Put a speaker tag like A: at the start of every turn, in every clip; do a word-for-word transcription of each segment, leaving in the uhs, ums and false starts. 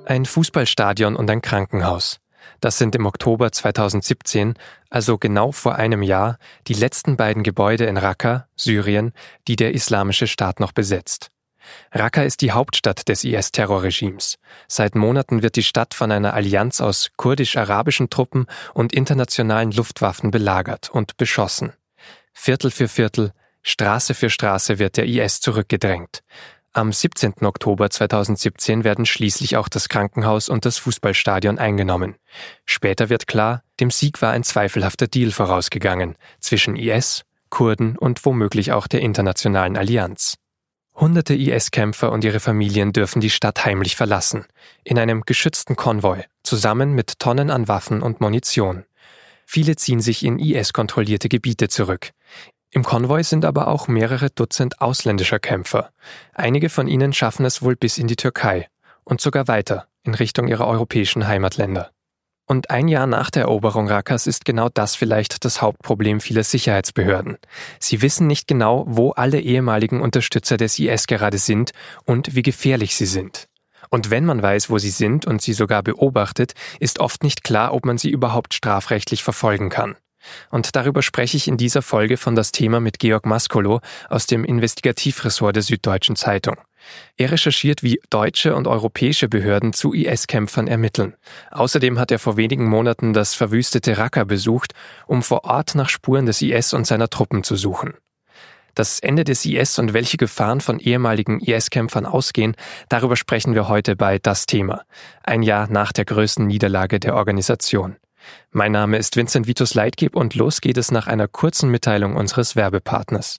A: Ein Fußballstadion und ein Krankenhaus. Das sind im Oktober zweitausendsiebzehn, also genau vor einem Jahr, die letzten beiden Gebäude in Raqqa, Syrien, die der Islamische Staat noch besetzt. Raqqa ist die Hauptstadt des I S-Terrorregimes. Seit Monaten wird die Stadt von einer Allianz aus kurdisch-arabischen Truppen und internationalen Luftwaffen belagert und beschossen. Viertel für Viertel, Straße für Straße wird der I S zurückgedrängt. Am siebzehnten Oktober zweitausendsiebzehn werden schließlich auch das Krankenhaus und das Fußballstadion eingenommen. Später wird klar, dem Sieg war ein zweifelhafter Deal vorausgegangen zwischen I S, Kurden und womöglich auch der internationalen Allianz. Hunderte I S-Kämpfer und ihre Familien dürfen die Stadt heimlich verlassen, in einem geschützten Konvoi, zusammen mit Tonnen an Waffen und Munition. Viele ziehen sich in I S-kontrollierte Gebiete zurück. Im Konvoi sind aber auch mehrere Dutzend ausländischer Kämpfer. Einige von ihnen schaffen es wohl bis in die Türkei und sogar weiter in Richtung ihrer europäischen Heimatländer. Und ein Jahr nach der Eroberung Raqqas ist genau das vielleicht das Hauptproblem vieler Sicherheitsbehörden. Sie wissen nicht genau, wo alle ehemaligen Unterstützer des I S gerade sind und wie gefährlich sie sind. Und wenn man weiß, wo sie sind und sie sogar beobachtet, ist oft nicht klar, ob man sie überhaupt strafrechtlich verfolgen kann. Und darüber spreche ich in dieser Folge von Das Thema mit Georg Mascolo aus dem Investigativressort der Süddeutschen Zeitung. Er recherchiert, wie deutsche und europäische Behörden zu I S-Kämpfern ermitteln. Außerdem hat er vor wenigen Monaten das verwüstete Raqqa besucht, um vor Ort nach Spuren des I S und seiner Truppen zu suchen. Das Ende des I S und welche Gefahren von ehemaligen I S-Kämpfern ausgehen, darüber sprechen wir heute bei Das Thema, ein Jahr nach der größten Niederlage der Organisation. Mein Name ist Vincent Vitus Leitgeb und los geht es nach einer kurzen Mitteilung unseres Werbepartners.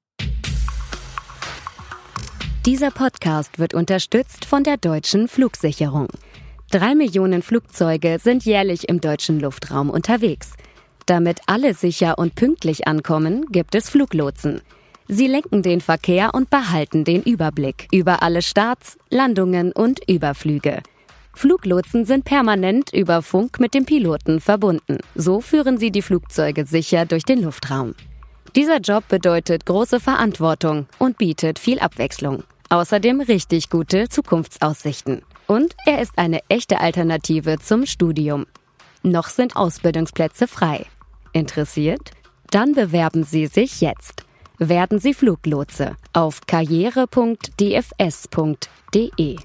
B: Dieser Podcast wird unterstützt von der Deutschen Flugsicherung. Drei Millionen Flugzeuge sind jährlich im deutschen Luftraum unterwegs. Damit alle sicher und pünktlich ankommen, gibt es Fluglotsen. Sie lenken den Verkehr und behalten den Überblick über alle Starts, Landungen und Überflüge. Fluglotsen sind permanent über Funk mit dem Piloten verbunden. So führen sie die Flugzeuge sicher durch den Luftraum. Dieser Job bedeutet große Verantwortung und bietet viel Abwechslung. Außerdem richtig gute Zukunftsaussichten. Und er ist eine echte Alternative zum Studium. Noch sind Ausbildungsplätze frei. Interessiert? Dann bewerben Sie sich jetzt. Werden Sie Fluglotse auf karriere punkt d f s punkt d e.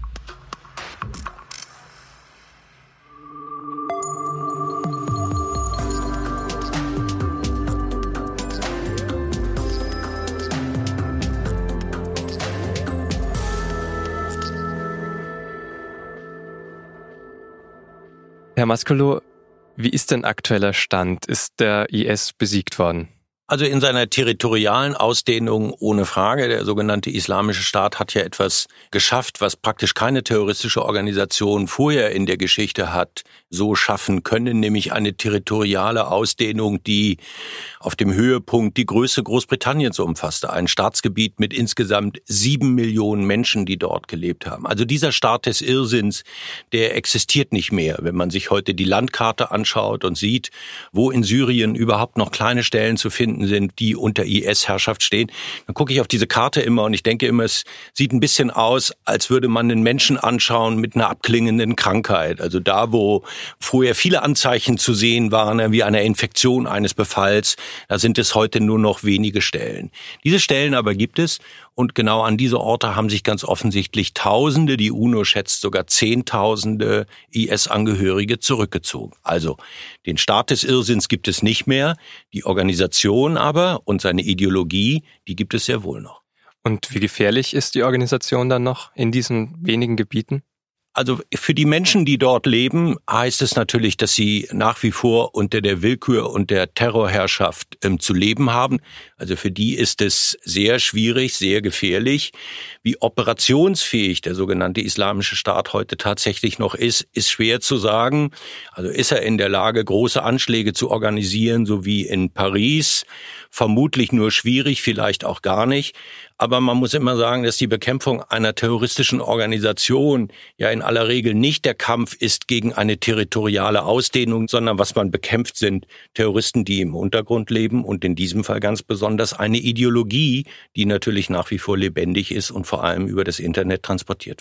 A: Herr Mascolo, wie ist denn aktueller Stand? Ist der I S besiegt worden?
C: Also in seiner territorialen Ausdehnung ohne Frage. Der sogenannte Islamische Staat hat ja etwas geschafft, was praktisch keine terroristische Organisation vorher in der Geschichte hat so schaffen können, nämlich eine territoriale Ausdehnung, die auf dem Höhepunkt die Größe Großbritanniens umfasste. Ein Staatsgebiet mit insgesamt sieben Millionen Menschen, die dort gelebt haben. Also dieser Staat des Irrsinns, der existiert nicht mehr. Wenn man sich heute die Landkarte anschaut und sieht, wo in Syrien überhaupt noch kleine Stellen zu finden sind, die unter I S-Herrschaft stehen, dann gucke ich auf diese Karte immer und ich denke immer, es sieht ein bisschen aus, als würde man einen Menschen anschauen mit einer abklingenden Krankheit. Also da, wo vorher viele Anzeichen zu sehen waren, wie einer Infektion, eines Befalls, da sind es heute nur noch wenige Stellen. Diese Stellen aber gibt es und genau an diese Orte haben sich ganz offensichtlich Tausende, die UNO schätzt sogar Zehntausende I S-Angehörige zurückgezogen. Also den Staat des Irrsinns gibt es nicht mehr, die Organisation aber und seine Ideologie, die gibt es sehr wohl noch.
A: Und wie gefährlich ist die Organisation dann noch in diesen wenigen Gebieten?
C: Also für die Menschen, die dort leben, heißt es natürlich, dass sie nach wie vor unter der Willkür und der Terrorherrschaft ähm, zu leben haben. Also für die ist es sehr schwierig, sehr gefährlich. Wie operationsfähig der sogenannte Islamische Staat heute tatsächlich noch ist, ist schwer zu sagen. Also ist er in der Lage, große Anschläge zu organisieren, so wie in Paris? Vermutlich nur schwierig, vielleicht auch gar nicht. Aber man muss immer sagen, dass die Bekämpfung einer terroristischen Organisation ja in aller Regel nicht der Kampf ist gegen eine territoriale Ausdehnung, sondern was man bekämpft, sind Terroristen, die im Untergrund leben und in diesem Fall ganz besonders eine Ideologie, die natürlich nach wie vor lebendig ist und vor allem über das Internet transportiert wird.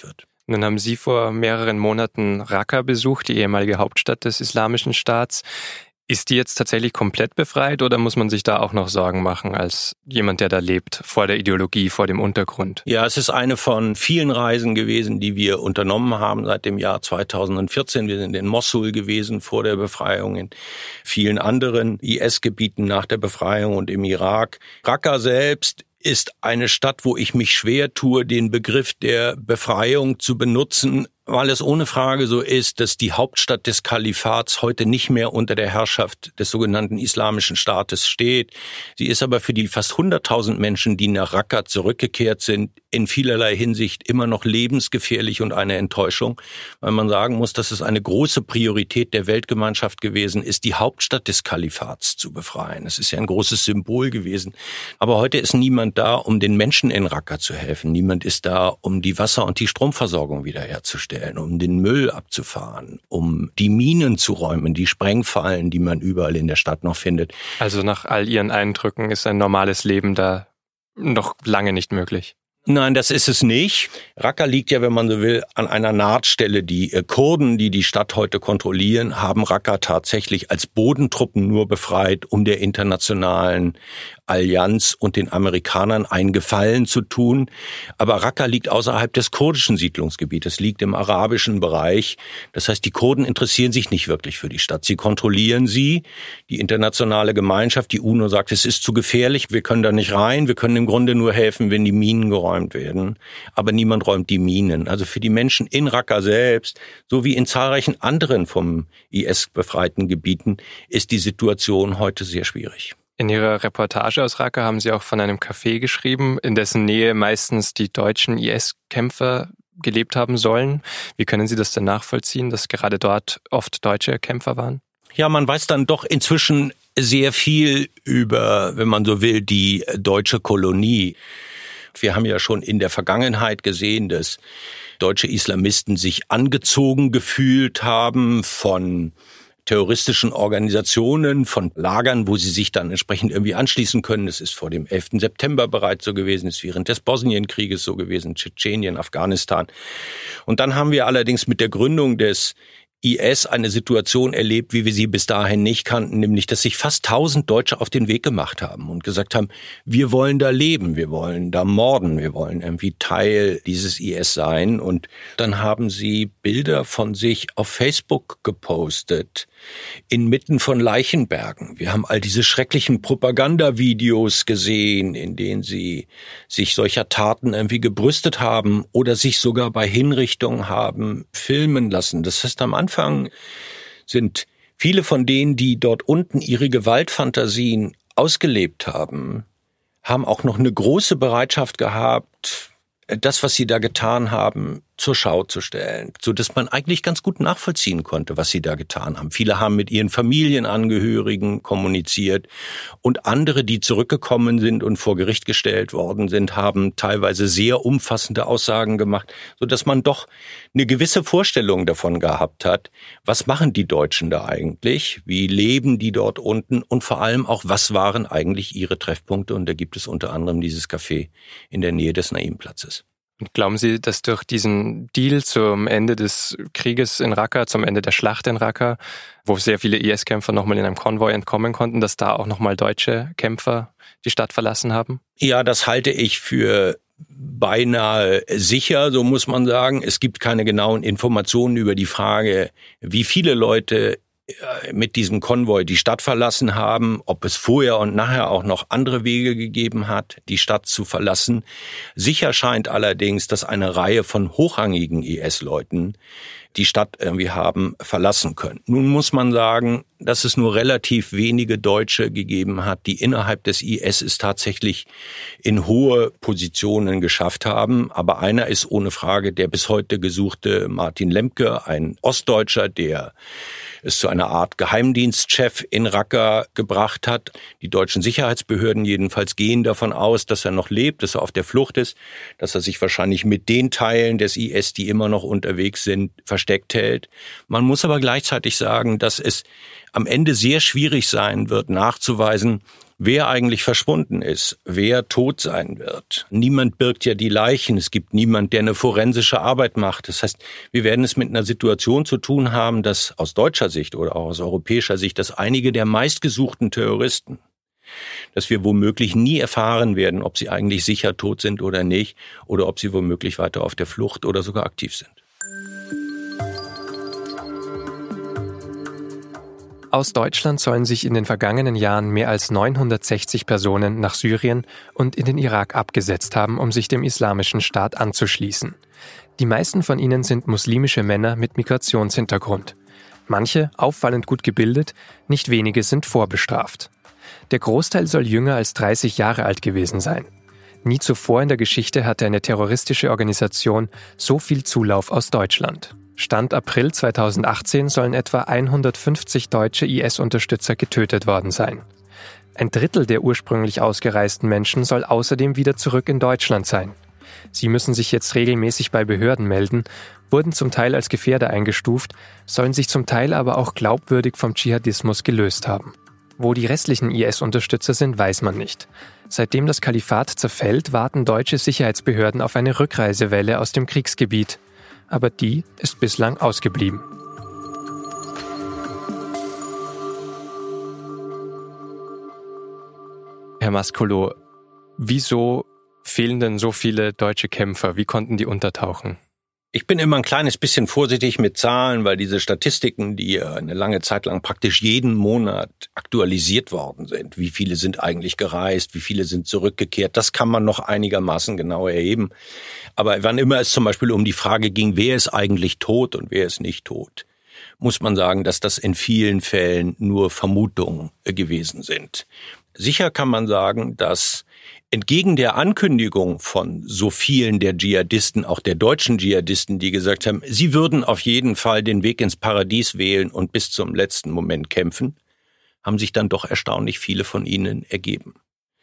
A: Nun haben Sie vor mehreren Monaten Raqqa besucht, die ehemalige Hauptstadt des Islamischen Staats. Ist die jetzt tatsächlich komplett befreit oder muss man sich da auch noch Sorgen machen als jemand, der da lebt, vor der Ideologie, vor dem Untergrund?
C: Ja, es ist eine von vielen Reisen gewesen, die wir unternommen haben seit dem Jahr zweitausendvierzehn. Wir sind in Mossul gewesen vor der Befreiung, in vielen anderen I S-Gebieten nach der Befreiung und im Irak. Raqqa selbst ist eine Stadt, wo ich mich schwer tue, den Begriff der Befreiung zu benutzen, weil es ohne Frage so ist, dass die Hauptstadt des Kalifats heute nicht mehr unter der Herrschaft des sogenannten Islamischen Staates steht. Sie ist aber für die fast hunderttausend Menschen, die nach Raqqa zurückgekehrt sind, in vielerlei Hinsicht immer noch lebensgefährlich und eine Enttäuschung, weil man sagen muss, dass es eine große Priorität der Weltgemeinschaft gewesen ist, die Hauptstadt des Kalifats zu befreien. Es ist ja ein großes Symbol gewesen. Aber heute ist niemand da, um den Menschen in Raqqa zu helfen. Niemand ist da, um die Wasser- und die Stromversorgung wiederherzustellen, um den Müll abzufahren, um die Minen zu räumen, die Sprengfallen, die man überall in der Stadt noch findet.
A: Also nach all Ihren Eindrücken ist ein normales Leben da noch lange nicht möglich.
C: Nein, das ist es nicht. Raqqa liegt ja, wenn man so will, an einer Nahtstelle. Die Kurden, die die Stadt heute kontrollieren, haben Raqqa tatsächlich als Bodentruppen nur befreit, um der internationalen Allianz und den Amerikanern einen Gefallen zu tun. Aber Raqqa liegt außerhalb des kurdischen Siedlungsgebietes, liegt im arabischen Bereich. Das heißt, die Kurden interessieren sich nicht wirklich für die Stadt. Sie kontrollieren sie. Die internationale Gemeinschaft, die UNO sagt, es ist zu gefährlich, wir können da nicht rein. Wir können im Grunde nur helfen, wenn die Minen geräumt werden. Aber niemand räumt die Minen. Also für die Menschen in Raqqa selbst, so wie in zahlreichen anderen vom I S befreiten Gebieten, ist die Situation heute sehr schwierig.
A: In Ihrer Reportage aus Raqqa haben Sie auch von einem Café geschrieben, in dessen Nähe meistens die deutschen I S-Kämpfer gelebt haben sollen. Wie können Sie das denn nachvollziehen, dass gerade dort oft deutsche Kämpfer waren?
C: Ja, man weiß dann doch inzwischen sehr viel über, wenn man so will, die deutsche Kolonie. Wir haben ja schon in der Vergangenheit gesehen, dass deutsche Islamisten sich angezogen gefühlt haben von terroristischen Organisationen, von Lagern, wo sie sich dann entsprechend irgendwie anschließen können. Es ist vor dem elften September bereits so gewesen, es ist während des Bosnienkrieges so gewesen, Tschetschenien, Afghanistan. Und dann haben wir allerdings mit der Gründung des I S eine Situation erlebt, wie wir sie bis dahin nicht kannten, nämlich, dass sich fast tausend Deutsche auf den Weg gemacht haben und gesagt haben, wir wollen da leben, wir wollen da morden, wir wollen irgendwie Teil dieses I S sein. Und dann haben sie Bilder von sich auf Facebook gepostet, inmitten von Leichenbergen. Wir haben all diese schrecklichen Propagandavideos gesehen, in denen sie sich solcher Taten irgendwie gebrüstet haben oder sich sogar bei Hinrichtungen haben filmen lassen. Das heißt, am Anfang sind viele von denen, die dort unten ihre Gewaltfantasien ausgelebt haben, haben auch noch eine große Bereitschaft gehabt, das, was sie da getan haben, zur Schau zu stellen, so dass man eigentlich ganz gut nachvollziehen konnte, was sie da getan haben. Viele haben mit ihren Familienangehörigen kommuniziert und andere, die zurückgekommen sind und vor Gericht gestellt worden sind, haben teilweise sehr umfassende Aussagen gemacht, so dass man doch eine gewisse Vorstellung davon gehabt hat, was machen die Deutschen da eigentlich, wie leben die dort unten und vor allem auch, was waren eigentlich ihre Treffpunkte. Und da gibt es unter anderem dieses Café in der Nähe des Naim-Platzes.
A: Und glauben Sie, dass durch diesen Deal zum Ende des Krieges in Raqqa, zum Ende der Schlacht in Raqqa, wo sehr viele I S-Kämpfer nochmal in einem Konvoi entkommen konnten, dass da auch nochmal deutsche Kämpfer die Stadt verlassen haben? Ja, das halte ich für beinahe sicher, so muss man sagen. Es gibt keine genauen Informationen über die Frage, wie viele Leute mit diesem Konvoi die Stadt verlassen haben, ob es vorher und nachher auch noch andere Wege gegeben hat, die Stadt zu verlassen. Sicher scheint allerdings, dass eine Reihe von hochrangigen I S-Leuten die Stadt irgendwie haben verlassen können. Nun muss man sagen, dass es nur relativ wenige Deutsche gegeben hat, die innerhalb des I S es tatsächlich in hohe Positionen geschafft haben. Aber einer ist ohne Frage der bis heute gesuchte Martin Lemke, ein Ostdeutscher, der es zu einer Art Geheimdienstchef in Raqqa gebracht hat. Die deutschen Sicherheitsbehörden jedenfalls gehen davon aus, dass er noch lebt, dass er auf der Flucht ist, dass er sich wahrscheinlich mit den Teilen des I S, die immer noch unterwegs sind, versteckt hält. Man muss aber gleichzeitig sagen, dass es am Ende sehr schwierig sein wird, nachzuweisen,
C: wer eigentlich verschwunden ist, wer tot sein wird. Niemand birgt ja die Leichen, es gibt niemand, der eine forensische Arbeit macht. Das heißt, wir werden es mit einer Situation zu tun haben, dass aus deutscher Sicht oder auch aus europäischer Sicht, dass einige der meistgesuchten Terroristen, dass wir womöglich nie erfahren werden, ob sie eigentlich sicher tot sind oder nicht, oder ob sie womöglich weiter auf der Flucht oder sogar aktiv sind.
A: Aus Deutschland sollen sich in den vergangenen Jahren mehr als neunhundertsechzig Personen nach Syrien und in den Irak abgesetzt haben, um sich dem Islamischen Staat anzuschließen. Die meisten von ihnen sind muslimische Männer mit Migrationshintergrund. Manche auffallend gut gebildet, nicht wenige sind vorbestraft. Der Großteil soll jünger als dreißig Jahre alt gewesen sein. Nie zuvor in der Geschichte hatte eine terroristische Organisation so viel Zulauf aus Deutschland. Stand April zweitausendachtzehn sollen etwa hundertfünfzig deutsche I S-Unterstützer getötet worden sein. Ein Drittel der ursprünglich ausgereisten Menschen soll außerdem wieder zurück in Deutschland sein. Sie müssen sich jetzt regelmäßig bei Behörden melden, wurden zum Teil als Gefährder eingestuft, sollen sich zum Teil aber auch glaubwürdig vom Dschihadismus gelöst haben. Wo die restlichen I S-Unterstützer sind, weiß man nicht. Seitdem das Kalifat zerfällt, warten deutsche Sicherheitsbehörden auf eine Rückreisewelle aus dem Kriegsgebiet. Aber die ist bislang ausgeblieben. Herr Mascolo, wieso fehlen denn so viele deutsche Kämpfer? Wie konnten die untertauchen?
C: Ich bin immer ein kleines bisschen vorsichtig mit Zahlen, weil diese Statistiken, die eine lange Zeit lang praktisch jeden Monat aktualisiert worden sind, wie viele sind eigentlich gereist, wie viele sind zurückgekehrt, das kann man noch einigermaßen genau erheben. Aber wann immer es zum Beispiel um die Frage ging, wer ist eigentlich tot und wer ist nicht tot, muss man sagen, dass das in vielen Fällen nur Vermutungen gewesen sind. Sicher kann man sagen, dass entgegen der Ankündigung von so vielen der Dschihadisten, auch der deutschen Dschihadisten, die gesagt haben, sie würden auf jeden Fall den Weg ins Paradies wählen und bis zum letzten Moment kämpfen, haben sich dann doch erstaunlich viele von ihnen ergeben.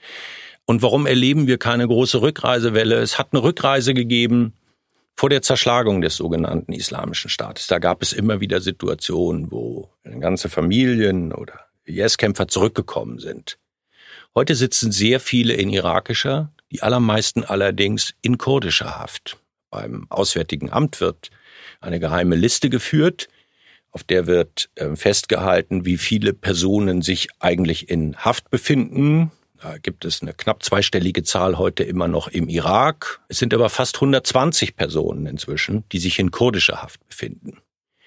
C: Und warum erleben wir keine große Rückreisewelle? Es hat eine Rückreise gegeben vor der Zerschlagung des sogenannten Islamischen Staates. Da gab es immer wieder Situationen, wo ganze Familien oder I S-Kämpfer zurückgekommen sind. Heute sitzen sehr viele in irakischer, die allermeisten allerdings in kurdischer Haft. Beim Auswärtigen Amt wird eine geheime Liste geführt, auf der wird äh, festgehalten, wie viele Personen sich eigentlich in Haft befinden. Da gibt es eine knapp zweistellige Zahl heute immer noch im Irak. Es sind aber fast hundertzwanzig Personen inzwischen, die sich in kurdischer Haft befinden.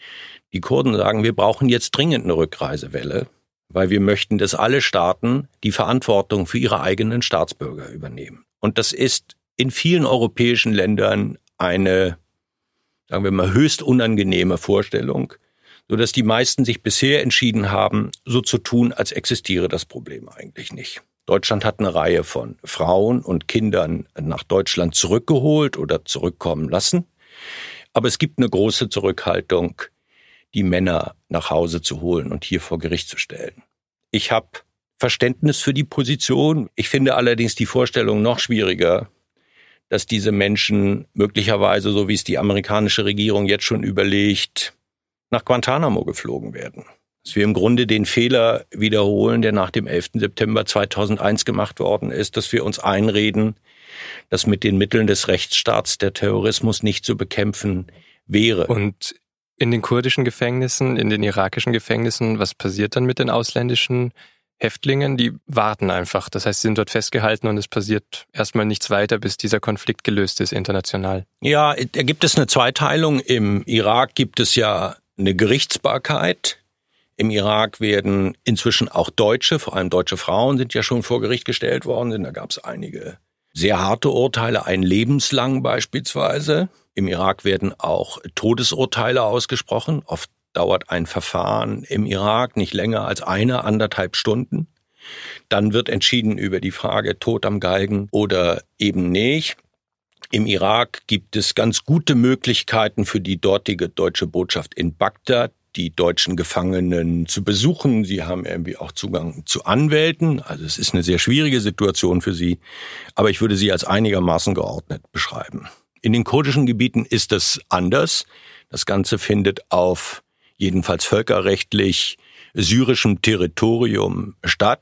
C: Die Kurden sagen, wir brauchen jetzt dringend eine Rückreisewelle, weil wir möchten, dass alle Staaten die Verantwortung für ihre eigenen Staatsbürger übernehmen. Und das ist in vielen europäischen Ländern eine, sagen wir mal, höchst unangenehme Vorstellung, sodass die meisten sich bisher entschieden haben, so zu tun, als existiere das Problem eigentlich nicht. Deutschland hat eine Reihe von Frauen und Kindern nach Deutschland zurückgeholt oder zurückkommen lassen. Aber es gibt eine große Zurückhaltung, die Männer nach Hause zu holen und hier vor Gericht zu stellen. Ich habe Verständnis für die Position. Ich finde allerdings die Vorstellung noch schwieriger, dass diese Menschen möglicherweise, so wie es die amerikanische Regierung jetzt schon überlegt, nach Guantanamo geflogen werden. Dass wir im Grunde den Fehler wiederholen, der nach dem elften September zweitausendeins gemacht worden ist, dass wir uns einreden, dass mit den Mitteln des Rechtsstaats der Terrorismus nicht zu bekämpfen wäre.
A: Und in den kurdischen Gefängnissen, in den irakischen Gefängnissen, was passiert dann mit den ausländischen Häftlingen? Die warten einfach. Das heißt, sie sind dort festgehalten und es passiert erstmal nichts weiter, bis dieser Konflikt gelöst ist international.
C: Ja, da gibt es eine Zweiteilung. Im Irak gibt es ja eine Gerichtsbarkeit. Im Irak werden inzwischen auch Deutsche, vor allem deutsche Frauen, sind ja schon vor Gericht gestellt worden. Da gab es einige sehr harte Urteile, ein lebenslang beispielsweise. Im Irak werden auch Todesurteile ausgesprochen. Oft dauert ein Verfahren im Irak nicht länger als eine, anderthalb Stunden. Dann wird entschieden über die Frage Tod am Galgen oder eben nicht. Im Irak gibt es ganz gute Möglichkeiten für die dortige deutsche Botschaft in Bagdad, die deutschen Gefangenen zu besuchen. Sie haben irgendwie auch Zugang zu Anwälten. Also es ist eine sehr schwierige Situation für sie. Aber ich würde sie als einigermaßen geordnet beschreiben. In den kurdischen Gebieten ist das anders. Das Ganze findet auf jedenfalls völkerrechtlich syrischem Territorium statt.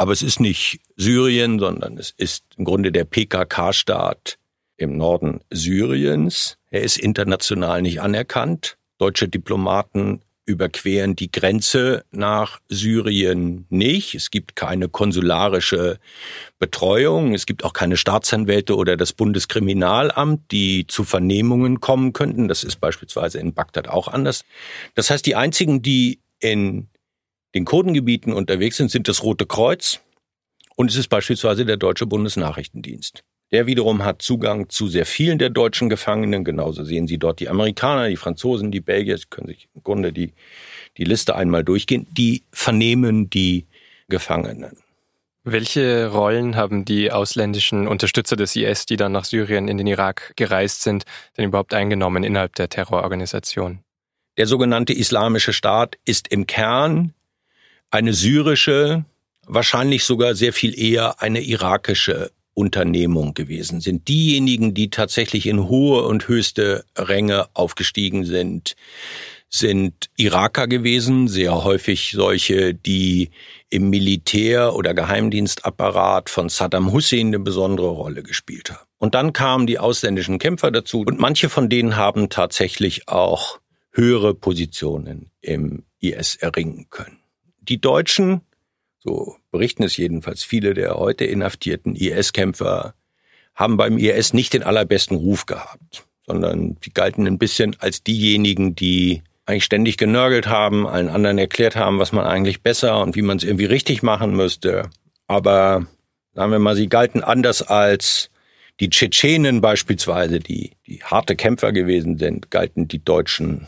C: Aber es ist nicht Syrien, sondern es ist im Grunde der P K K-Staat im Norden Syriens. Er ist international nicht anerkannt. Deutsche Diplomaten überqueren die Grenze nach Syrien nicht. Es gibt keine konsularische Betreuung. Es gibt auch keine Staatsanwälte oder das Bundeskriminalamt, die zu Vernehmungen kommen könnten. Das ist beispielsweise in Bagdad auch anders. Das heißt, die einzigen, die in den Kurdengebieten unterwegs sind, sind das Rote Kreuz und es ist beispielsweise der Deutsche Bundesnachrichtendienst. Der wiederum hat Zugang zu sehr vielen der deutschen Gefangenen. Genauso sehen Sie dort die Amerikaner, die Franzosen, die Belgier. Sie können sich im Grunde die, die Liste einmal durchgehen. Die vernehmen die Gefangenen.
A: Welche Rollen haben die ausländischen Unterstützer des I S, die dann nach Syrien in den Irak gereist sind, denn überhaupt eingenommen innerhalb der Terrororganisation?
C: Der sogenannte Islamische Staat ist im Kern eine syrische, wahrscheinlich sogar sehr viel eher eine irakische Unternehmung gewesen, sind diejenigen, die tatsächlich in hohe und höchste Ränge aufgestiegen sind, sind Iraker gewesen, sehr häufig solche, die im Militär- oder Geheimdienstapparat von Saddam Hussein eine besondere Rolle gespielt haben. Und dann kamen die ausländischen Kämpfer dazu und manche von denen haben tatsächlich auch höhere Positionen im I S erringen können. Die Deutschen, so berichten es jedenfalls viele der heute inhaftierten I S-Kämpfer, haben beim I S nicht den allerbesten Ruf gehabt, sondern die galten ein bisschen als diejenigen, die eigentlich ständig genörgelt haben, allen anderen erklärt haben, was man eigentlich besser und wie man es irgendwie richtig machen müsste. Aber sagen wir mal, sie galten anders als die Tschetschenen beispielsweise, die, die harte Kämpfer gewesen sind, galten die Deutschen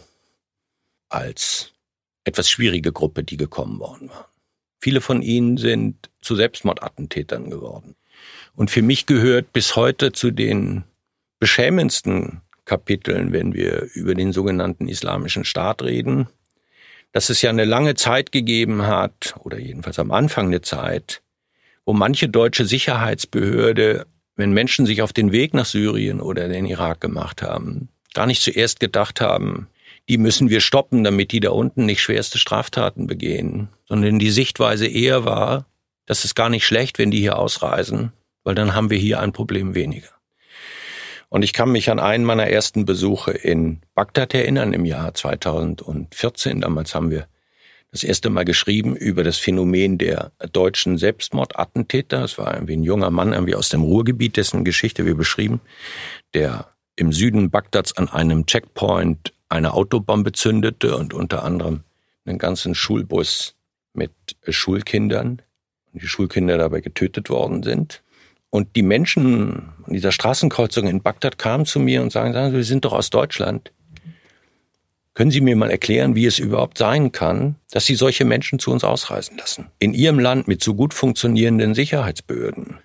C: als etwas schwierige Gruppe, die gekommen worden war. Viele von ihnen sind zu Selbstmordattentätern geworden. Und für mich gehört bis heute zu den beschämendsten Kapiteln, wenn wir über den sogenannten Islamischen Staat reden, dass es ja eine lange Zeit gegeben hat, oder jedenfalls am Anfang eine Zeit, wo manche deutsche Sicherheitsbehörde, wenn Menschen sich auf den Weg nach Syrien oder den Irak gemacht haben, gar nicht zuerst gedacht haben, die müssen wir stoppen, damit die da unten nicht schwerste Straftaten begehen, sondern die Sichtweise eher war, das ist gar nicht schlecht, wenn die hier ausreisen, weil dann haben wir hier ein Problem weniger. Und ich kann mich an einen meiner ersten Besuche in Bagdad erinnern, im Jahr zweitausendvierzehn. Damals haben wir das erste Mal geschrieben über das Phänomen der deutschen Selbstmordattentäter. Es war irgendwie ein junger Mann irgendwie aus dem Ruhrgebiet, dessen Geschichte wir beschrieben, der im Süden Bagdads an einem Checkpoint eine Autobombe zündete und unter anderem einen ganzen Schulbus mit Schulkindern und die Schulkinder dabei getötet worden sind. Und die Menschen an dieser Straßenkreuzung in Bagdad kamen zu mir und sagen, sagen Sie, wir sind doch aus Deutschland. Können Sie mir mal erklären, wie es überhaupt sein kann, dass Sie solche Menschen zu uns ausreisen lassen? In Ihrem Land mit so gut funktionierenden Sicherheitsbehörden.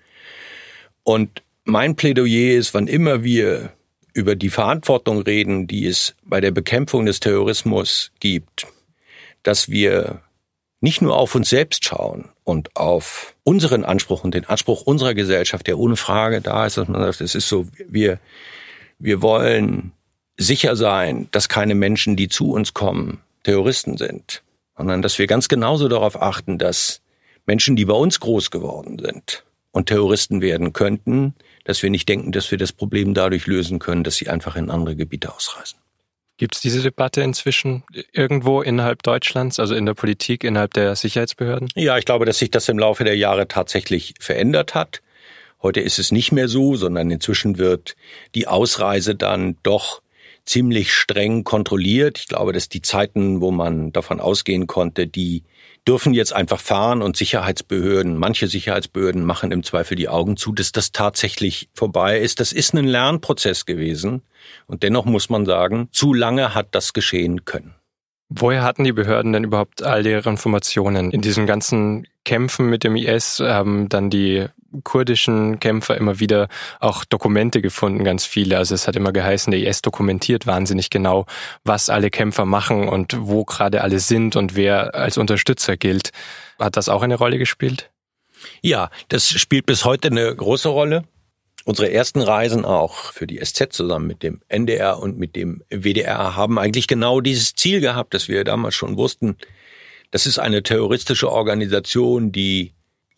C: Und mein Plädoyer ist, wann immer wir über die Verantwortung reden, die es bei der Bekämpfung des Terrorismus gibt, dass wir nicht nur auf uns selbst schauen und auf unseren Anspruch und den Anspruch unserer Gesellschaft, der ohne Frage da ist, dass man sagt, es ist so, wir, wir wollen sicher sein, dass keine Menschen, die zu uns kommen, Terroristen sind, sondern dass wir ganz genauso darauf achten, dass Menschen, die bei uns groß geworden sind und Terroristen werden könnten, dass wir nicht denken, dass wir das Problem dadurch lösen können, dass sie einfach in andere Gebiete ausreisen.
A: Gibt es diese Debatte inzwischen irgendwo innerhalb Deutschlands, also in der Politik, innerhalb der Sicherheitsbehörden?
C: Ja, ich glaube, dass sich das im Laufe der Jahre tatsächlich verändert hat. Heute ist es nicht mehr so, sondern inzwischen wird die Ausreise dann doch ziemlich streng kontrolliert. Ich glaube, dass die Zeiten, wo man davon ausgehen konnte, die dürfen jetzt einfach fahren und Sicherheitsbehörden, manche Sicherheitsbehörden machen im Zweifel die Augen zu, dass das tatsächlich vorbei ist. Das ist ein Lernprozess gewesen und dennoch muss man sagen, zu lange hat das geschehen können.
A: Woher hatten die Behörden denn überhaupt all ihre Informationen? In diesen ganzen Kämpfen mit dem I S haben dann die kurdischen Kämpfer immer wieder auch Dokumente gefunden, ganz viele. Also es hat immer geheißen, der I S dokumentiert wahnsinnig genau, was alle Kämpfer machen und wo gerade alle sind und wer als Unterstützer gilt. Hat das auch eine Rolle gespielt?
C: Ja, das spielt bis heute eine große Rolle. Unsere ersten Reisen auch für die S Z zusammen mit dem N D R und mit dem W D R haben eigentlich genau dieses Ziel gehabt, dass wir damals schon wussten, das ist eine terroristische Organisation, die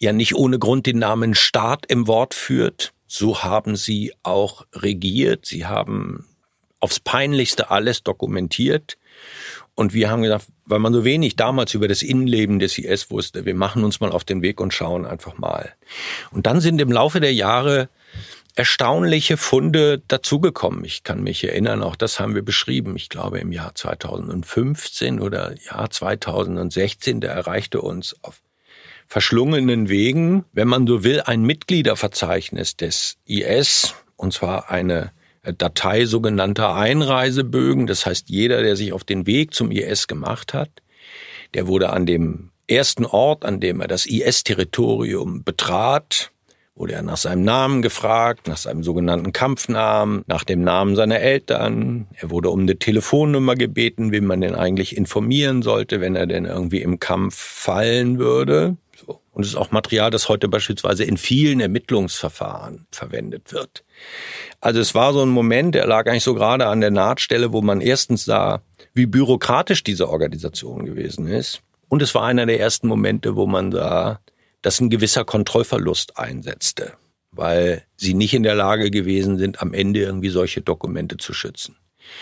C: ja nicht ohne Grund den Namen Staat im Wort führt. So haben sie auch regiert. Sie haben aufs Peinlichste alles dokumentiert. Und wir haben gesagt, weil man so wenig damals über das Innenleben des I S wusste, wir machen uns mal auf den Weg und schauen einfach mal. Und dann sind im Laufe der Jahre erstaunliche Funde dazugekommen. Ich kann mich erinnern, auch das haben wir beschrieben. Ich glaube im Jahr zweitausendfünfzehn oder Jahr zweitausendsechzehn, da erreichte uns auf verschlungenen Wegen, wenn man so will, ein Mitgliederverzeichnis des I S, und zwar eine Datei sogenannter Einreisebögen. Das heißt, jeder, der sich auf den Weg zum I S gemacht hat, der wurde an dem ersten Ort, an dem er das I S-Territorium betrat, wurde er nach seinem Namen gefragt, nach seinem sogenannten Kampfnamen, nach dem Namen seiner Eltern. Er wurde um eine Telefonnummer gebeten, wen man denn eigentlich informieren sollte, wenn er denn irgendwie im Kampf fallen würde. So. Und es ist auch Material, das heute beispielsweise in vielen Ermittlungsverfahren verwendet wird. Also es war so ein Moment, der lag eigentlich so gerade an der Nahtstelle, wo man erstens sah, wie bürokratisch diese Organisation gewesen ist. Und es war einer der ersten Momente, wo man sah, dass ein gewisser Kontrollverlust einsetzte, weil sie nicht in der Lage gewesen sind, am Ende irgendwie solche Dokumente zu schützen.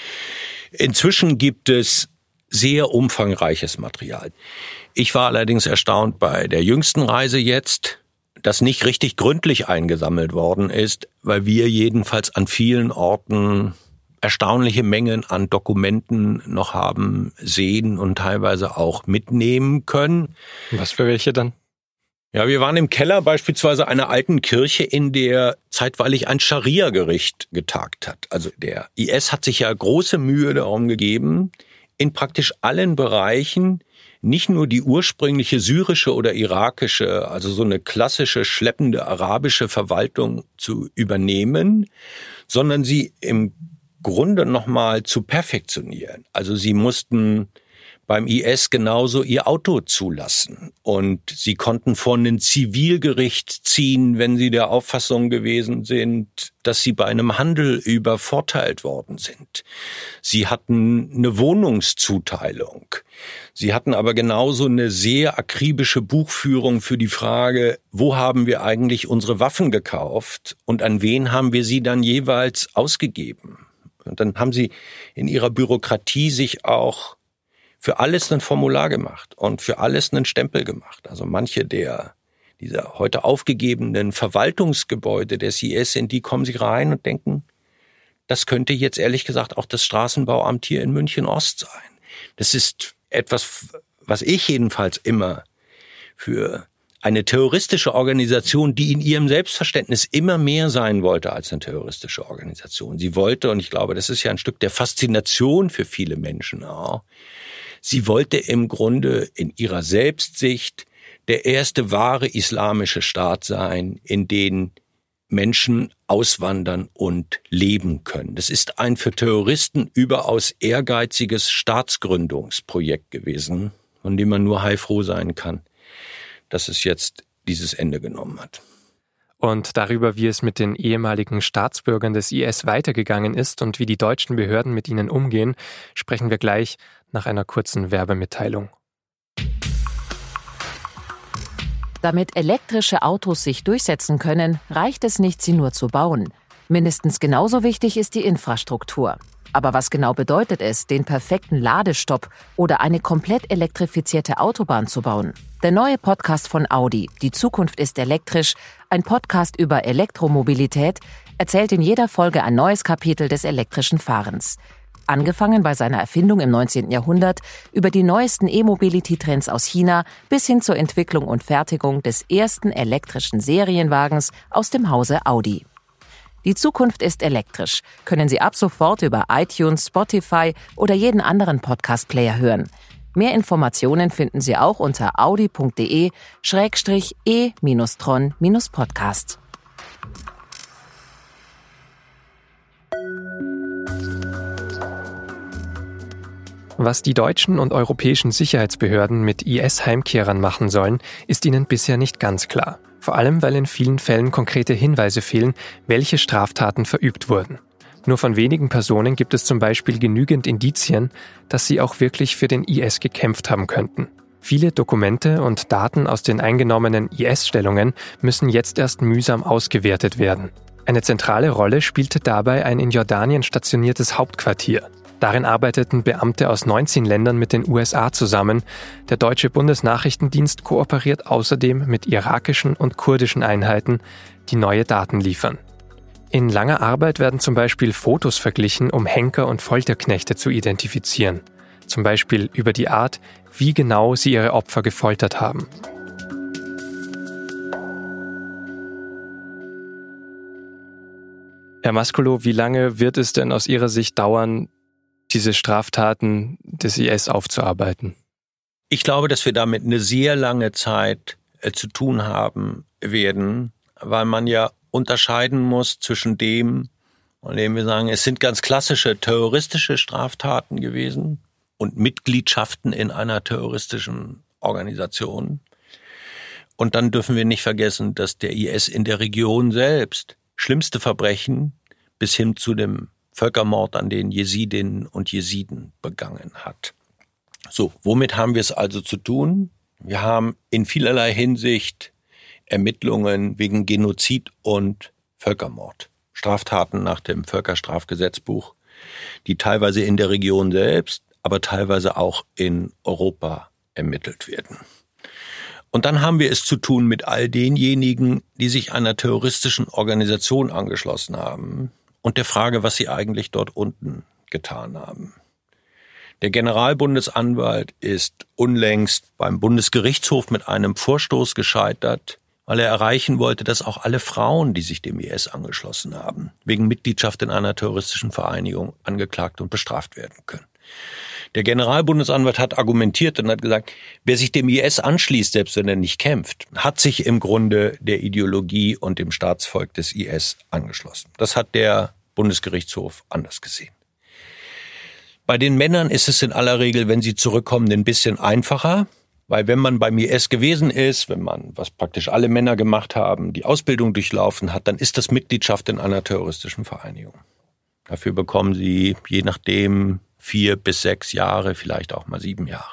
C: Inzwischen gibt es sehr umfangreiches Material. Ich war allerdings erstaunt bei der jüngsten Reise jetzt, dass nicht richtig gründlich eingesammelt worden ist, weil wir jedenfalls an vielen Orten erstaunliche Mengen an Dokumenten noch haben sehen und teilweise auch mitnehmen können.
A: Was für welche dann?
C: Ja, wir waren im Keller beispielsweise einer alten Kirche, in der zeitweilig ein Scharia-Gericht getagt hat. Also der I S hat sich ja große Mühe darum gegeben, in praktisch allen Bereichen nicht nur die ursprüngliche syrische oder irakische, also so eine klassische schleppende arabische Verwaltung zu übernehmen, sondern sie im Grunde nochmal zu perfektionieren. Also sie mussten beim I S genauso ihr Auto zulassen. Und sie konnten vor ein Zivilgericht ziehen, wenn sie der Auffassung gewesen sind, dass sie bei einem Handel übervorteilt worden sind. Sie hatten eine Wohnungszuteilung. Sie hatten aber genauso eine sehr akribische Buchführung für die Frage, wo haben wir eigentlich unsere Waffen gekauft und an wen haben wir sie dann jeweils ausgegeben. Und dann haben sie in ihrer Bürokratie sich auch für alles ein Formular gemacht und für alles einen Stempel gemacht. Also manche der dieser heute aufgegebenen Verwaltungsgebäude des I S, in die kommen sie rein und denken, das könnte jetzt ehrlich gesagt auch das Straßenbauamt hier in München Ost sein. Das ist etwas, was ich jedenfalls immer für eine terroristische Organisation, die in ihrem Selbstverständnis immer mehr sein wollte als eine terroristische Organisation. Sie wollte, und ich glaube, das ist ja ein Stück der Faszination für viele Menschen auch, sie wollte im Grunde in ihrer Selbstsicht der erste wahre islamische Staat sein, in den Menschen auswandern und leben können. Das ist ein für Terroristen überaus ehrgeiziges Staatsgründungsprojekt gewesen, von dem man nur heilfroh sein kann, dass es jetzt dieses Ende genommen hat.
A: Und darüber, wie es mit den ehemaligen Staatsbürgern des I S weitergegangen ist und wie die deutschen Behörden mit ihnen umgehen, sprechen wir gleich nach einer kurzen Werbemitteilung.
D: Damit elektrische Autos sich durchsetzen können, reicht es nicht, sie nur zu bauen. Mindestens genauso wichtig ist die Infrastruktur. Aber was genau bedeutet es, den perfekten Ladestopp oder eine komplett elektrifizierte Autobahn zu bauen? Der neue Podcast von Audi, Die Zukunft ist elektrisch, ein Podcast über Elektromobilität, erzählt in jeder Folge ein neues Kapitel des elektrischen Fahrens. Angefangen bei seiner Erfindung im neunzehnten Jahrhundert, über die neuesten E-Mobility-Trends aus China bis hin zur Entwicklung und Fertigung des ersten elektrischen Serienwagens aus dem Hause Audi. Die Zukunft ist elektrisch, können Sie ab sofort über iTunes, Spotify oder jeden anderen Podcast-Player hören. Mehr Informationen finden Sie auch unter audi.de schrägstrich e-tron-podcast.
A: Was die deutschen und europäischen Sicherheitsbehörden mit I S-Heimkehrern machen sollen, ist ihnen bisher nicht ganz klar. Vor allem, weil in vielen Fällen konkrete Hinweise fehlen, welche Straftaten verübt wurden. Nur von wenigen Personen gibt es zum Beispiel genügend Indizien, dass sie auch wirklich für den I S gekämpft haben könnten. Viele Dokumente und Daten aus den eingenommenen I S-Stellungen müssen jetzt erst mühsam ausgewertet werden. Eine zentrale Rolle spielte dabei ein in Jordanien stationiertes Hauptquartier. Darin arbeiteten Beamte aus neunzehn Ländern mit den U S A zusammen. Der deutsche Bundesnachrichtendienst kooperiert außerdem mit irakischen und kurdischen Einheiten, die neue Daten liefern. In langer Arbeit werden zum Beispiel Fotos verglichen, um Henker und Folterknechte zu identifizieren. Zum Beispiel über die Art, wie genau sie ihre Opfer gefoltert haben. Herr Mascolo, wie lange wird es denn aus Ihrer Sicht dauern, diese Straftaten des I S aufzuarbeiten?
C: Ich glaube, dass wir damit eine sehr lange Zeit äh, zu tun haben werden, weil man ja unterscheiden muss zwischen dem, von dem wir sagen, es sind ganz klassische terroristische Straftaten gewesen und Mitgliedschaften in einer terroristischen Organisation. Und dann dürfen wir nicht vergessen, dass der I S in der Region selbst schlimmste Verbrechen bis hin zu dem Völkermord an den Jesidinnen und Jesiden begangen hat. So, womit haben wir es also zu tun? Wir haben in vielerlei Hinsicht Ermittlungen wegen Genozid und Völkermord. Straftaten nach dem Völkerstrafgesetzbuch, die teilweise in der Region selbst, aber teilweise auch in Europa ermittelt werden. Und dann haben wir es zu tun mit all denjenigen, die sich einer terroristischen Organisation angeschlossen haben und der Frage, was sie eigentlich dort unten getan haben. Der Generalbundesanwalt ist unlängst beim Bundesgerichtshof mit einem Vorstoß gescheitert, weil er erreichen wollte, dass auch alle Frauen, die sich dem I S angeschlossen haben, wegen Mitgliedschaft in einer terroristischen Vereinigung angeklagt und bestraft werden können. Der Generalbundesanwalt hat argumentiert und hat gesagt, wer sich dem I S anschließt, selbst wenn er nicht kämpft, hat sich im Grunde der Ideologie und dem Staatsvolk des I S angeschlossen. Das hat der Bundesgerichtshof anders gesehen. Bei den Männern ist es in aller Regel, wenn sie zurückkommen, ein bisschen einfacher, weil wenn man beim I S gewesen ist, wenn man, was praktisch alle Männer gemacht haben, die Ausbildung durchlaufen hat, dann ist das Mitgliedschaft in einer terroristischen Vereinigung. Dafür bekommen sie, je nachdem, vier bis sechs Jahre, vielleicht auch mal sieben Jahre.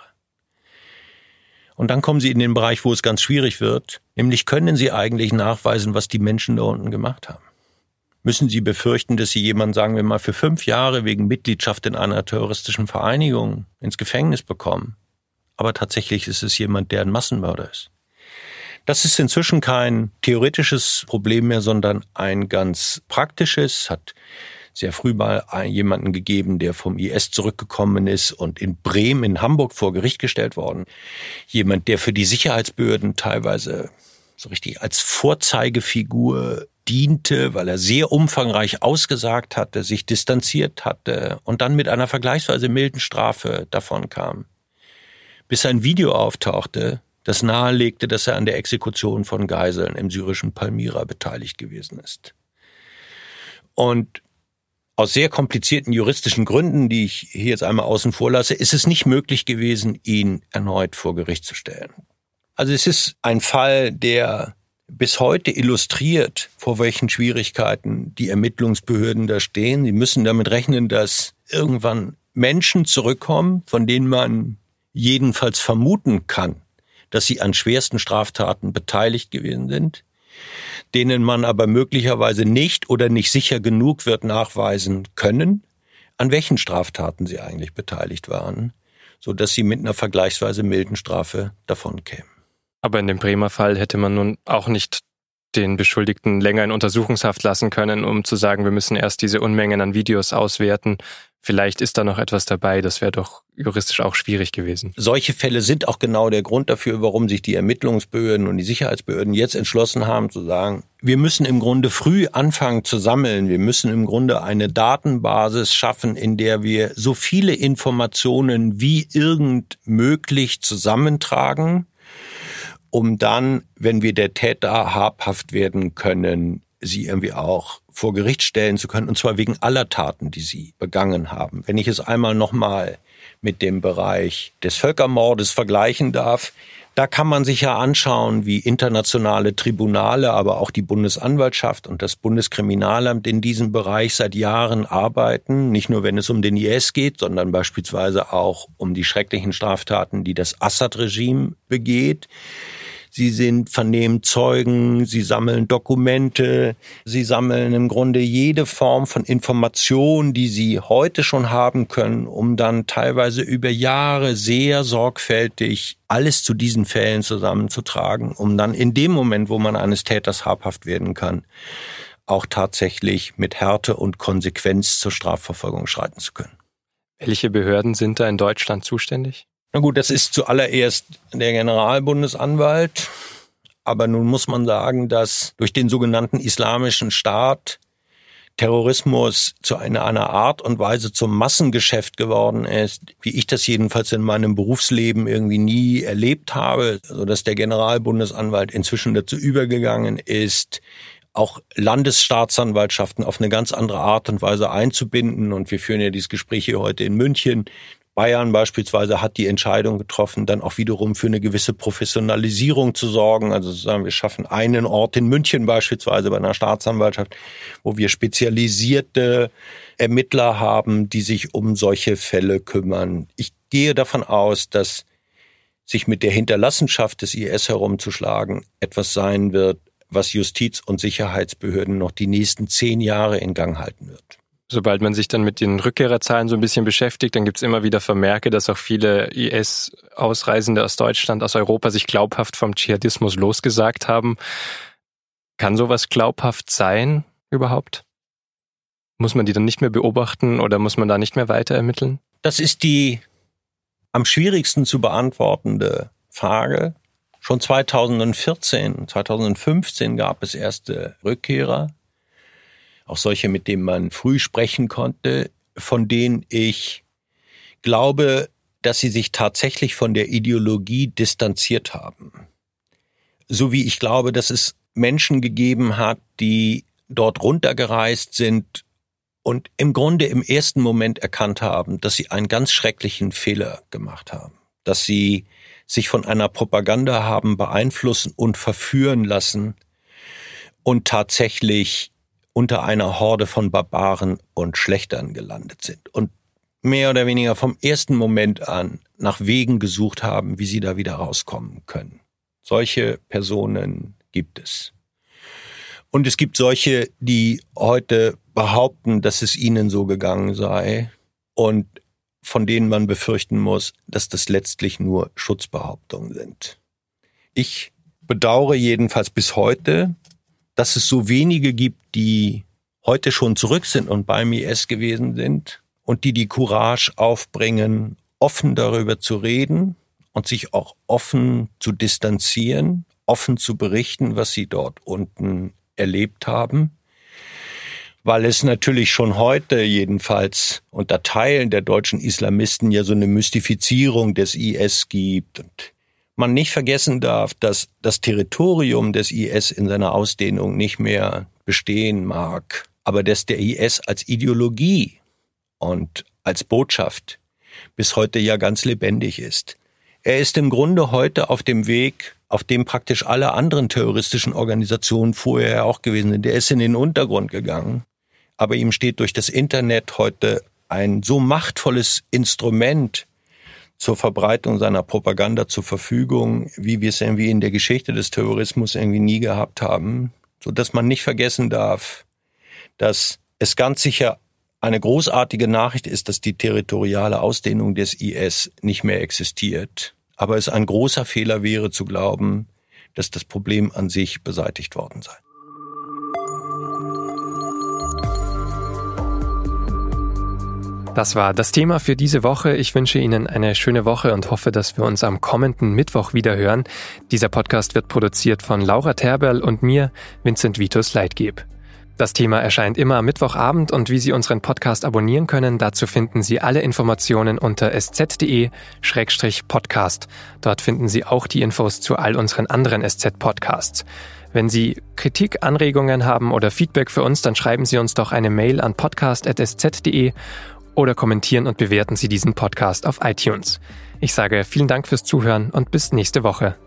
C: Und dann kommen sie in den Bereich, wo es ganz schwierig wird, nämlich können sie eigentlich nachweisen, was die Menschen da unten gemacht haben. Müssen sie befürchten, dass sie jemanden, sagen wir mal, für fünf Jahre wegen Mitgliedschaft in einer terroristischen Vereinigung ins Gefängnis bekommen. Aber tatsächlich ist es jemand, der ein Massenmörder ist. Das ist inzwischen kein theoretisches Problem mehr, sondern ein ganz praktisches, hat sehr früh mal jemanden gegeben, der vom I S zurückgekommen ist und in Bremen, in Hamburg vor Gericht gestellt worden. Jemand, der für die Sicherheitsbehörden teilweise so richtig als Vorzeigefigur diente, weil er sehr umfangreich ausgesagt hatte, sich distanziert hatte und dann mit einer vergleichsweise milden Strafe davon kam. Bis ein Video auftauchte, das nahelegte, dass er an der Exekution von Geiseln im syrischen Palmyra beteiligt gewesen ist. Und aus sehr komplizierten juristischen Gründen, die ich hier jetzt einmal außen vor lasse, ist es nicht möglich gewesen, ihn erneut vor Gericht zu stellen. Also es ist ein Fall, der bis heute illustriert, vor welchen Schwierigkeiten die Ermittlungsbehörden da stehen. Sie müssen damit rechnen, dass irgendwann Menschen zurückkommen, von denen man jedenfalls vermuten kann, dass sie an schwersten Straftaten beteiligt gewesen sind, denen man aber möglicherweise nicht oder nicht sicher genug wird nachweisen können, an welchen Straftaten sie eigentlich beteiligt waren, sodass sie mit einer vergleichsweise milden Strafe davonkämen.
A: Aber in dem Bremer Fall hätte man nun auch nicht den Beschuldigten länger in Untersuchungshaft lassen können, um zu sagen, wir müssen erst diese Unmengen an Videos auswerten. Vielleicht ist da noch etwas dabei, das wäre doch juristisch auch schwierig gewesen.
C: Solche Fälle sind auch genau der Grund dafür, warum sich die Ermittlungsbehörden und die Sicherheitsbehörden jetzt entschlossen haben zu sagen, wir müssen im Grunde früh anfangen zu sammeln. Wir müssen im Grunde eine Datenbasis schaffen, in der wir so viele Informationen wie irgend möglich zusammentragen, um dann, wenn wir der Täter habhaft werden können, sie irgendwie auch vor Gericht stellen zu können, und zwar wegen aller Taten, die sie begangen haben. Wenn ich es einmal nochmal mit dem Bereich des Völkermordes vergleichen darf, da kann man sich ja anschauen, wie internationale Tribunale, aber auch die Bundesanwaltschaft und das Bundeskriminalamt in diesem Bereich seit Jahren arbeiten. Nicht nur, wenn es um den I S geht, sondern beispielsweise auch um die schrecklichen Straftaten, die das Assad-Regime begeht. Sie sind vernehmen Zeugen, sie sammeln Dokumente, sie sammeln im Grunde jede Form von Information, die sie heute schon haben können, um dann teilweise über Jahre sehr sorgfältig alles zu diesen Fällen zusammenzutragen, um dann in dem Moment, wo man eines Täters habhaft werden kann, auch tatsächlich mit Härte und Konsequenz zur Strafverfolgung schreiten zu können.
A: Welche Behörden sind da in Deutschland zuständig?
C: Na gut, das ist zuallererst der Generalbundesanwalt. Aber nun muss man sagen, dass durch den sogenannten Islamischen Staat Terrorismus zu einer, einer Art und Weise zum Massengeschäft geworden ist, wie ich das jedenfalls in meinem Berufsleben irgendwie nie erlebt habe, sodass der Generalbundesanwalt inzwischen dazu übergegangen ist, auch Landesstaatsanwaltschaften auf eine ganz andere Art und Weise einzubinden. Und wir führen ja dieses Gespräch hier heute in München. Bayern beispielsweise hat die Entscheidung getroffen, dann auch wiederum für eine gewisse Professionalisierung zu sorgen. Also sozusagen, wir schaffen einen Ort in München beispielsweise bei einer Staatsanwaltschaft, wo wir spezialisierte Ermittler haben, die sich um solche Fälle kümmern. Ich gehe davon aus, dass sich mit der Hinterlassenschaft des I S herumzuschlagen etwas sein wird, was Justiz- und Sicherheitsbehörden noch die nächsten zehn Jahre in Gang halten wird.
A: Sobald man sich dann mit den Rückkehrerzahlen so ein bisschen beschäftigt, dann gibt es immer wieder Vermerke, dass auch viele I S-Ausreisende aus Deutschland, aus Europa sich glaubhaft vom Dschihadismus losgesagt haben. Kann sowas glaubhaft sein überhaupt? Muss man die dann nicht mehr beobachten oder muss man da nicht mehr weiter ermitteln?
C: Das ist die am schwierigsten zu beantwortende Frage. Schon zweitausendvierzehn, zweitausendfünfzehn gab es erste Rückkehrer. Auch solche, mit denen man früh sprechen konnte, von denen ich glaube, dass sie sich tatsächlich von der Ideologie distanziert haben. So wie ich glaube, dass es Menschen gegeben hat, die dort runtergereist sind und im Grunde im ersten Moment erkannt haben, dass sie einen ganz schrecklichen Fehler gemacht haben. Dass sie sich von einer Propaganda haben beeinflussen und verführen lassen und tatsächlich unter einer Horde von Barbaren und Schlechtern gelandet sind und mehr oder weniger vom ersten Moment an nach Wegen gesucht haben, wie sie da wieder rauskommen können. Solche Personen gibt es. Und es gibt solche, die heute behaupten, dass es ihnen so gegangen sei und von denen man befürchten muss, dass das letztlich nur Schutzbehauptungen sind. Ich bedauere jedenfalls bis heute, dass es so wenige gibt, die heute schon zurück sind und beim I S gewesen sind und die die Courage aufbringen, offen darüber zu reden und sich auch offen zu distanzieren, offen zu berichten, was sie dort unten erlebt haben. Weil es natürlich schon heute jedenfalls unter Teilen der deutschen Islamisten ja so eine Mystifizierung des I S gibt und man nicht vergessen darf, dass das Territorium des I S in seiner Ausdehnung nicht mehr bestehen mag, aber dass der I S als Ideologie und als Botschaft bis heute ja ganz lebendig ist. Er ist im Grunde heute auf dem Weg, auf dem praktisch alle anderen terroristischen Organisationen vorher auch gewesen sind. Er ist in den Untergrund gegangen, aber ihm steht durch das Internet heute ein so machtvolles Instrument zur Verbreitung seiner Propaganda zur Verfügung, wie wir es irgendwie in der Geschichte des Terrorismus irgendwie nie gehabt haben, so dass man nicht vergessen darf, dass es ganz sicher eine großartige Nachricht ist, dass die territoriale Ausdehnung des I S nicht mehr existiert. Aber es ein großer Fehler wäre zu glauben, dass das Problem an sich beseitigt worden sei.
A: Das war das Thema für diese Woche. Ich wünsche Ihnen eine schöne Woche und hoffe, dass wir uns am kommenden Mittwoch wieder hören. Dieser Podcast wird produziert von Laura Terberl und mir, Vincent Vitus Leitgeb. Das Thema erscheint immer am Mittwochabend und wie Sie unseren Podcast abonnieren können, dazu finden Sie alle Informationen unter s z punkt d e Schrägstrich Podcast. Dort finden Sie auch die Infos zu all unseren anderen S Z-Podcasts. Wenn Sie Kritik, Anregungen haben oder Feedback für uns, dann schreiben Sie uns doch eine Mail an podcast at s z punkt d e oder kommentieren und bewerten Sie diesen Podcast auf iTunes. Ich sage vielen Dank fürs Zuhören und bis nächste Woche.